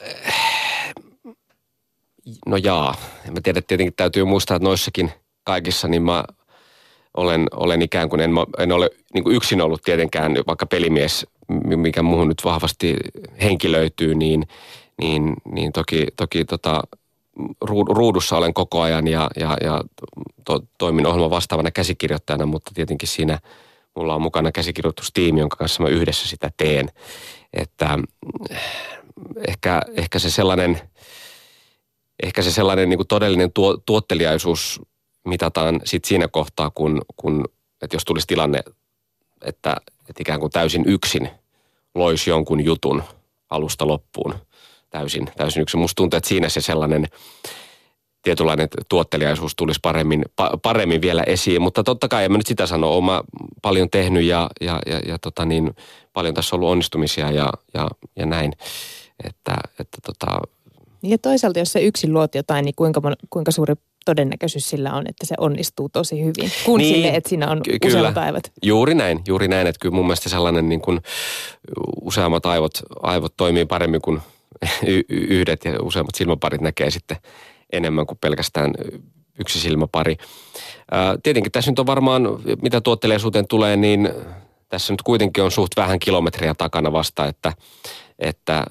jaa. Mä tiedän, että tietenkin täytyy muistaa, että noissakin kaikissa niin mä olen ikään kuin, en ole niin kuin yksin ollut tietenkään, vaikka pelimies, mikä muuhun nyt vahvasti henkilöityy, niin toki ruudussa olen koko ajan ja toimin ohjelman vastaavana käsikirjoittajana, mutta tietenkin siinä mulla on mukana käsikirjoitustiimi, jonka kanssa mä yhdessä sitä teen. Että ehkä se sellainen niin kuin todellinen tuotteliaisuus mitataan sit siinä kohtaa, kun että jos tulisi tilanne, että ikään kuin täysin yksin loisi jonkun jutun alusta loppuun täysin yksin. Musta tuntuu, että siinä se sellainen tietynlainen tuotteliaisuus tulisi paremmin vielä esiin, mutta totta kai en mä nyt sitä sano, olen mä paljon tehnyt ja paljon tässä on ollut onnistumisia ja näin, että Ja toisaalta, jos se yksin luot jotain, niin kuinka suuri todennäköisyys sillä on, että se onnistuu tosi hyvin, kun sille, että siinä on useammat aivot. Juuri näin, että kyllä mun mielestä sellainen niin kuin useammat aivot toimii paremmin kuin yhdet ja useammat silmäparit näkee sitten enemmän kuin pelkästään yksi silmäpari. Tietenkin tässä nyt on varmaan, mitä tuotteliaisuuteen tulee, niin tässä nyt kuitenkin on suht vähän kilometriä takana vasta, että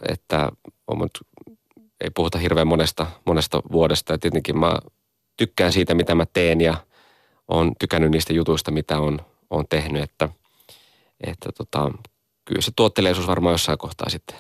ei puhuta hirveän monesta vuodesta. Ja tietenkin mä tykkään siitä, mitä mä teen ja olen tykännyt niistä jutuista, mitä on tehnyt, että kyllä se tuotteliaisuus varmaan jossain kohtaa sitten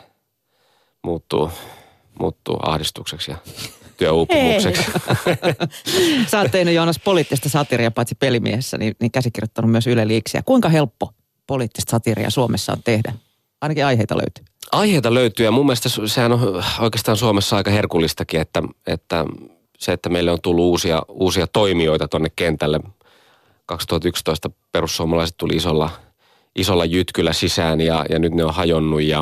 muuttuu ahdistukseksi ja työuupumukseksi. Sä oot tehnyt, Joonas, poliittista satiria paitsi pelimiehessä, niin käsikirjoittanut myös Yle Liiksiä. Kuinka helppo poliittista satiria Suomessa on tehdä? Ainakin aiheita löytyy. Aiheita löytyy ja mun mielestä sehän on oikeastaan Suomessa aika herkullistakin, että se, että meille on tullut uusia toimijoita tonne kentälle. 2011 perussuomalaiset tuli isolla jytkyllä sisään ja nyt ne on hajonnut ja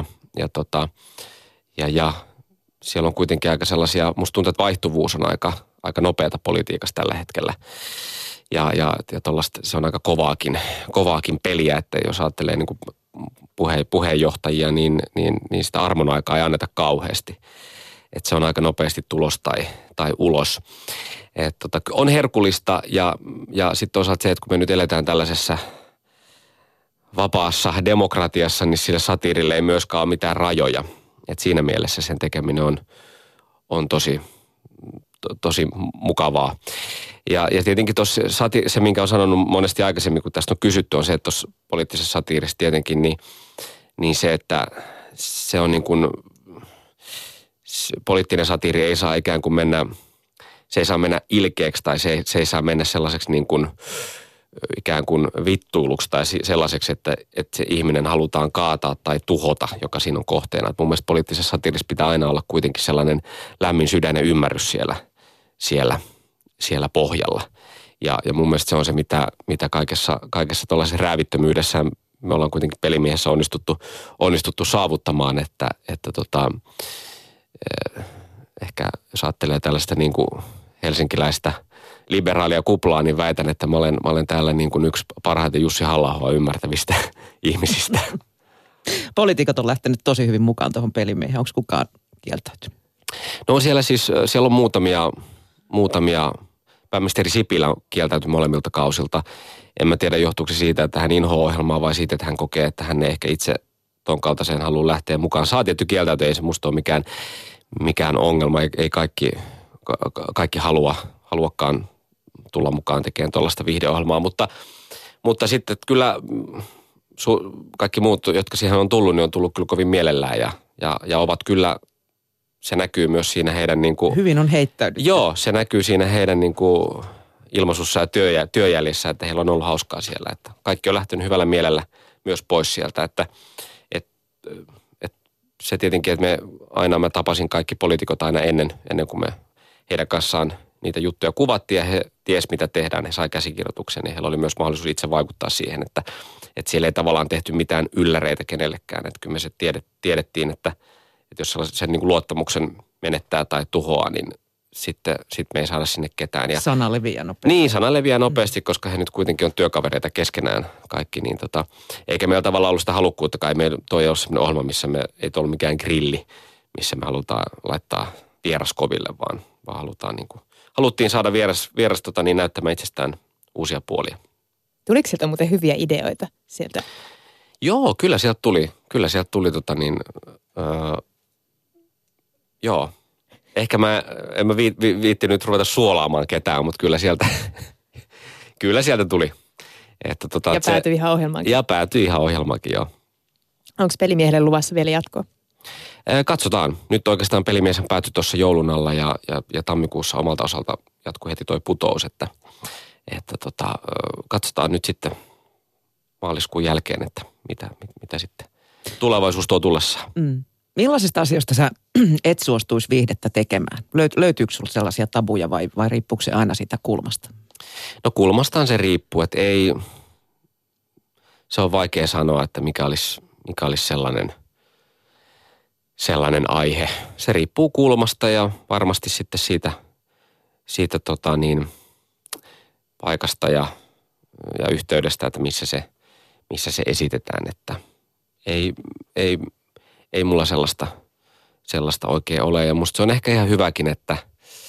siellä on kuitenkin aika sellaisia, musta tuntuu, että vaihtuvuus on aika nopeata politiikassa tällä hetkellä. Ja tollaista, se on aika kovaakin peliä, että jos ajattelee niin kuin puheenjohtajia, niin sitä armon aikaa ei anneta kauheasti. Että se on aika nopeasti tulos tai ulos. On herkullista ja sitten toisaalta se, että kun me nyt eletään tällaisessa vapaassa demokratiassa, niin sille satiirille ei myöskään ole mitään rajoja. Et siinä mielessä sen tekeminen on tosi mukavaa. Ja tietenkin tuossa se, minkä olen sanonut monesti aikaisemmin, kun tästä on kysytty, on se, että tuossa poliittisessa satiirissa tietenkin, niin se, että se on niin kuin, poliittinen satiiri ei saa ikään kuin mennä, se ei saa mennä ilkeäksi tai se ei saa mennä sellaiseksi niin kuin ikään kuin vittuiluksi tai sellaiseksi, että se ihminen halutaan kaataa tai tuhota, joka siinä on kohteena. Et mun mielestä poliittisessa satiirissa pitää aina olla kuitenkin sellainen lämmin sydäinen ymmärrys siellä pohjalla. Ja mun mielestä se on se, mitä kaikessa tuollaisessa räävittömyydessä me ollaan kuitenkin pelimiehessä onnistuttu saavuttamaan, että ehkä jos ajattelee tällaista niin kuin helsinkiläistä liberaalia kuplaa, niin väitän, että mä olen täällä niin kuin yksi parhaiten Jussi Halla-ahoa ymmärtävistä ihmisistä. Poliitikot on lähtenyt tosi hyvin mukaan tuohon pelimiehen. Onko kukaan kieltäytynyt? No siellä on muutamia. Pääministeri Sipilä on kieltäytynyt molemmilta kausilta. En mä tiedä, johtuuko se siitä, että hän inhoaa ohjelmaa vai siitä, että hän kokee, että hän ei ehkä itse ton kaltaiseen halua lähteä mukaan. Saa tietty kieltäytyä, ei se musta ole mikään ongelma. Ei kaikki haluakaan tulla mukaan tekemään tuollaista viihdeohjelmaa, mutta sitten kyllä kaikki muut, jotka siihen on tullut, niin on tullut kyllä kovin mielellään ja ovat kyllä, se näkyy myös siinä heidän niin kuin, hyvin on heittäydytty. Joo, se näkyy siinä heidän niin kuin ilmaisussa ja työjäljissä, että heillä on ollut hauskaa siellä, että kaikki on lähtenyt hyvällä mielellä myös pois sieltä, että se tietenkin, että mä tapasin kaikki poliitikot aina ennen kuin me heidän kanssaan niitä juttuja kuvattiin ja he ties mitä tehdään, he sai käsikirjoituksen ja heillä oli myös mahdollisuus itse vaikuttaa siihen, että siellä ei tavallaan tehty mitään ylläreitä kenellekään, että kyllä me se tiedettiin, että jos sen niin kuin luottamuksen menettää tai tuhoaa, niin sitten me ei saada sinne ketään. Ja sana leviää nopeasti. Niin, sana leviää nopeasti, koska he nyt kuitenkin on työkavereita keskenään kaikki, niin eikä meillä tavallaan ollut sitä halukkuutta, kai meillä toi ei ole sellainen ohjelma, missä me ei ollut mikään grilli, missä me halutaan laittaa vieraskoville, vaan haluttiin saada vieras niin näyttämään itsestään uusia puolia. Tuliko sieltä muuten hyviä ideoita sieltä? Joo, kyllä sieltä tuli. Joo. Ehkä en mä viitti nyt ruveta suolaamaan ketään, mutta kyllä sieltä tuli. Että ja päätyi ihan ohjelmaankin. Ja päätyi ihan ohjelmaankin, joo. Onko pelimiehelle luvassa vielä jatkoa? Katsotaan. Nyt oikeastaan pelimies päätyi tuossa joulun alla ja tammikuussa omalta osalta jatkuu heti toi putous, että katsotaan nyt sitten maaliskuun jälkeen, että mitä sitten tulevaisuus tuo tullessaan. Millaisista asioista sä et suostuisi viihdettä tekemään? Löytyykö sinulla sellaisia tabuja vai riippuuko se aina siitä kulmasta? No kulmastaan se riippuu, että se on vaikea sanoa, että mikä olisi sellainen aihe. Se riippuu kulmasta ja varmasti sitten siitä paikasta ja yhteydestä, että missä se esitetään, että ei mulla sellaista oikein ole. Ja musta se on ehkä ihan hyväkin, että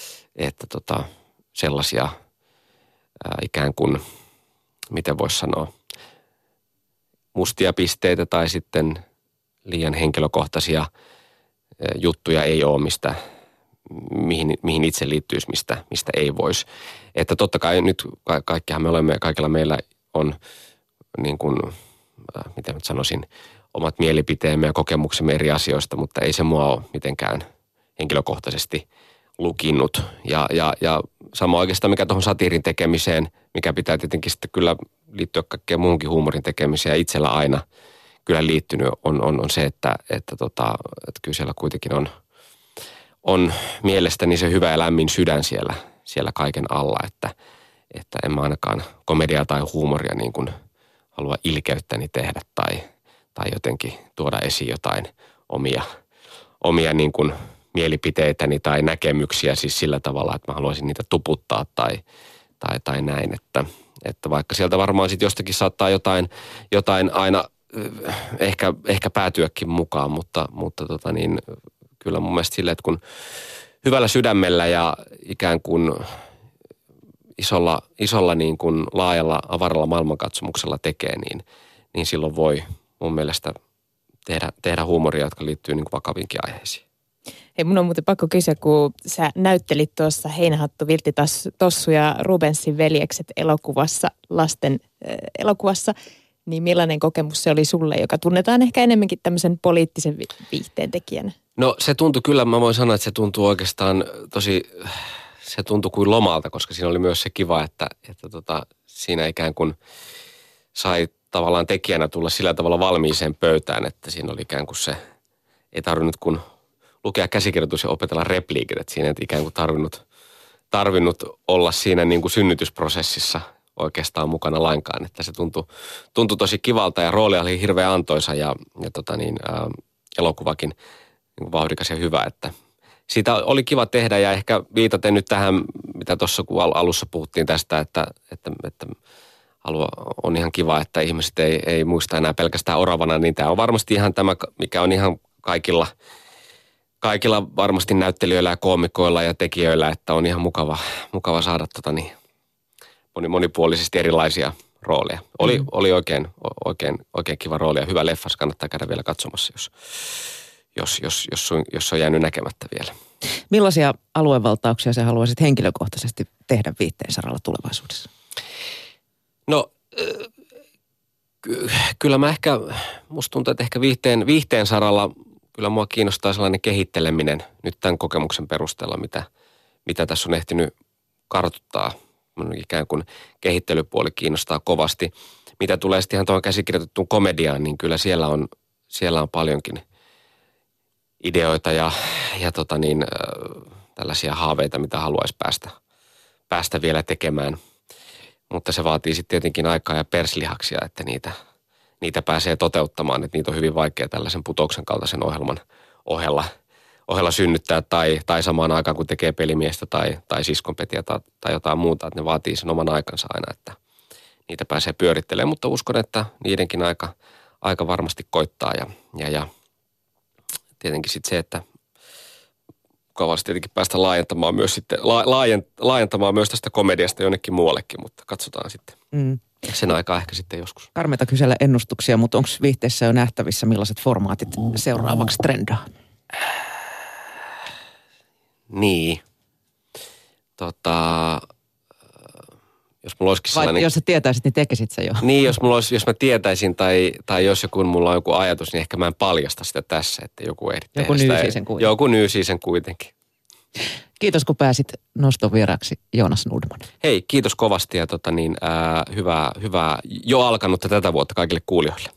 sellaisia ikään kuin, miten voisi sanoa, mustia pisteitä tai sitten liian henkilökohtaisia juttuja ei ole, mihin itse liittyisi, mistä ei voisi. Että totta kai nyt kaikilla meillä on niin kuin, miten nyt sanoisin, omat mielipiteemme ja kokemuksemme eri asioista, mutta ei se mua ole mitenkään henkilökohtaisesti lukinnut. Ja sama oikeastaan mikä tuohon satiirin tekemiseen, mikä pitää tietenkin sitten kyllä liittyä kaikkeen muunkin huumorin tekemiseen ja itsellä aina kyllä liittynyt on se, että kyllä siellä kuitenkin on mielestäni se hyvä ja lämmin sydän siellä kaiken alla, että en mä ainakaan komediaa tai huumoria niin kuin halua ilkeyttäni tehdä tai jotenkin tuoda esiin jotain omia niin kuin mielipiteitäni tai näkemyksiä siis sillä tavalla, että mä haluaisin niitä tuputtaa tai näin, että vaikka sieltä varmaan sitten jostakin saattaa jotain aina ehkä päätyäkin mukaan, mutta kyllä mun mielestä silleen, että kun hyvällä sydämellä ja ikään kuin isolla niin kuin laajalla avaralla maailmankatsomuksella tekee, niin silloin voi mun mielestä tehdä huumoria, jotka liittyy niin kuin vakavinkin aiheisiin. Hei, mun on muuten pakko kysyä, kun sä näyttelit tuossa Heinähattu, Viltti Tossu ja Rubensin veljekset elokuvassa, lasten elokuvassa, niin millainen kokemus se oli sulle, joka tunnetaan ehkä enemmänkin tämmöisen poliittisen viihteen tekijänä? No se tuntui kyllä, mä voin sanoa, että se tuntui oikeastaan se tuntui kuin lomalta, koska siinä oli myös se kiva, että siinä ikään kuin sai tavallaan tekijänä tulla sillä tavalla valmiiseen pöytään, että siinä oli ikään kuin se, ei tarvinnut kun lukea käsikirjoitus ja opetella repliikit, että siinä ei ikään kuin tarvinnut olla siinä niin kuin synnytysprosessissa oikeastaan mukana lainkaan, että se tuntui tosi kivalta ja rooli oli hirveän antoisa ja elokuvakin niin kuin vauhdikas ja hyvä, että siitä oli kiva tehdä ja ehkä viitaten nyt tähän, mitä tuossa kun alussa puhuttiin tästä, että on ihan kiva, että ihmiset ei muista enää pelkästään oravana, niin tämä on varmasti ihan tämä, mikä on ihan kaikilla varmasti näyttelijöillä ja koomikoilla ja tekijöillä, että on ihan mukava saada monipuolisesti erilaisia rooleja. Oli oikein kiva rooli ja hyvä leffa, kannattaa käydä vielä katsomassa, jos on jäänyt näkemättä vielä. Millaisia aluevaltauksia sä haluaisit henkilökohtaisesti tehdä viihteen saralla tulevaisuudessa? No kyllä musta tuntuu, että ehkä viihteen saralla kyllä mua kiinnostaa sellainen kehitteleminen nyt tämän kokemuksen perusteella, mitä tässä on ehtinyt kartoittaa. Mun ikään kuin kehittelypuoli kiinnostaa kovasti. Mitä tulee sitten ihan tuohon käsikirjoitettuun komediaan, niin kyllä siellä on paljonkin ideoita ja tällaisia haaveita, mitä haluaisi päästä vielä tekemään. Mutta se vaatii sitten tietenkin aikaa ja perslihaksia, että niitä pääsee toteuttamaan. Että niitä on hyvin vaikea tällaisen Putouksen kaltaisen ohjelman ohella synnyttää tai samaan aikaan, kun tekee pelimiestä tai siskonpetiä tai jotain muuta. Että ne vaatii sen oman aikansa aina, että niitä pääsee pyörittelemään. Mutta uskon, että niidenkin aika varmasti koittaa ja tietenkin sitten se, että mukavasti tietenkin päästä laajentamaan myös tästä komediasta jonnekin muuallekin, mutta katsotaan sitten. Sen aikaa ehkä sitten joskus. Karmeita kysellä ennustuksia, mutta onko viihteessä jo nähtävissä, millaiset formaatit seuraavaksi trendaa? Niin. Jos mulla olisikin sellainen... Vai jos sä tietäisit, niin tekisit sä jo. Niin, jos mä tietäisin tai jos mulla on joku ajatus, niin ehkä mä en paljasta sitä tässä, että joku ehdittää. Joku nyysii sen kuitenkin. Kiitos, kun pääsit nostovieraaksi, Joonas Nordman. Hei, kiitos kovasti ja hyvää jo alkanutta tätä vuotta kaikille kuulijoille.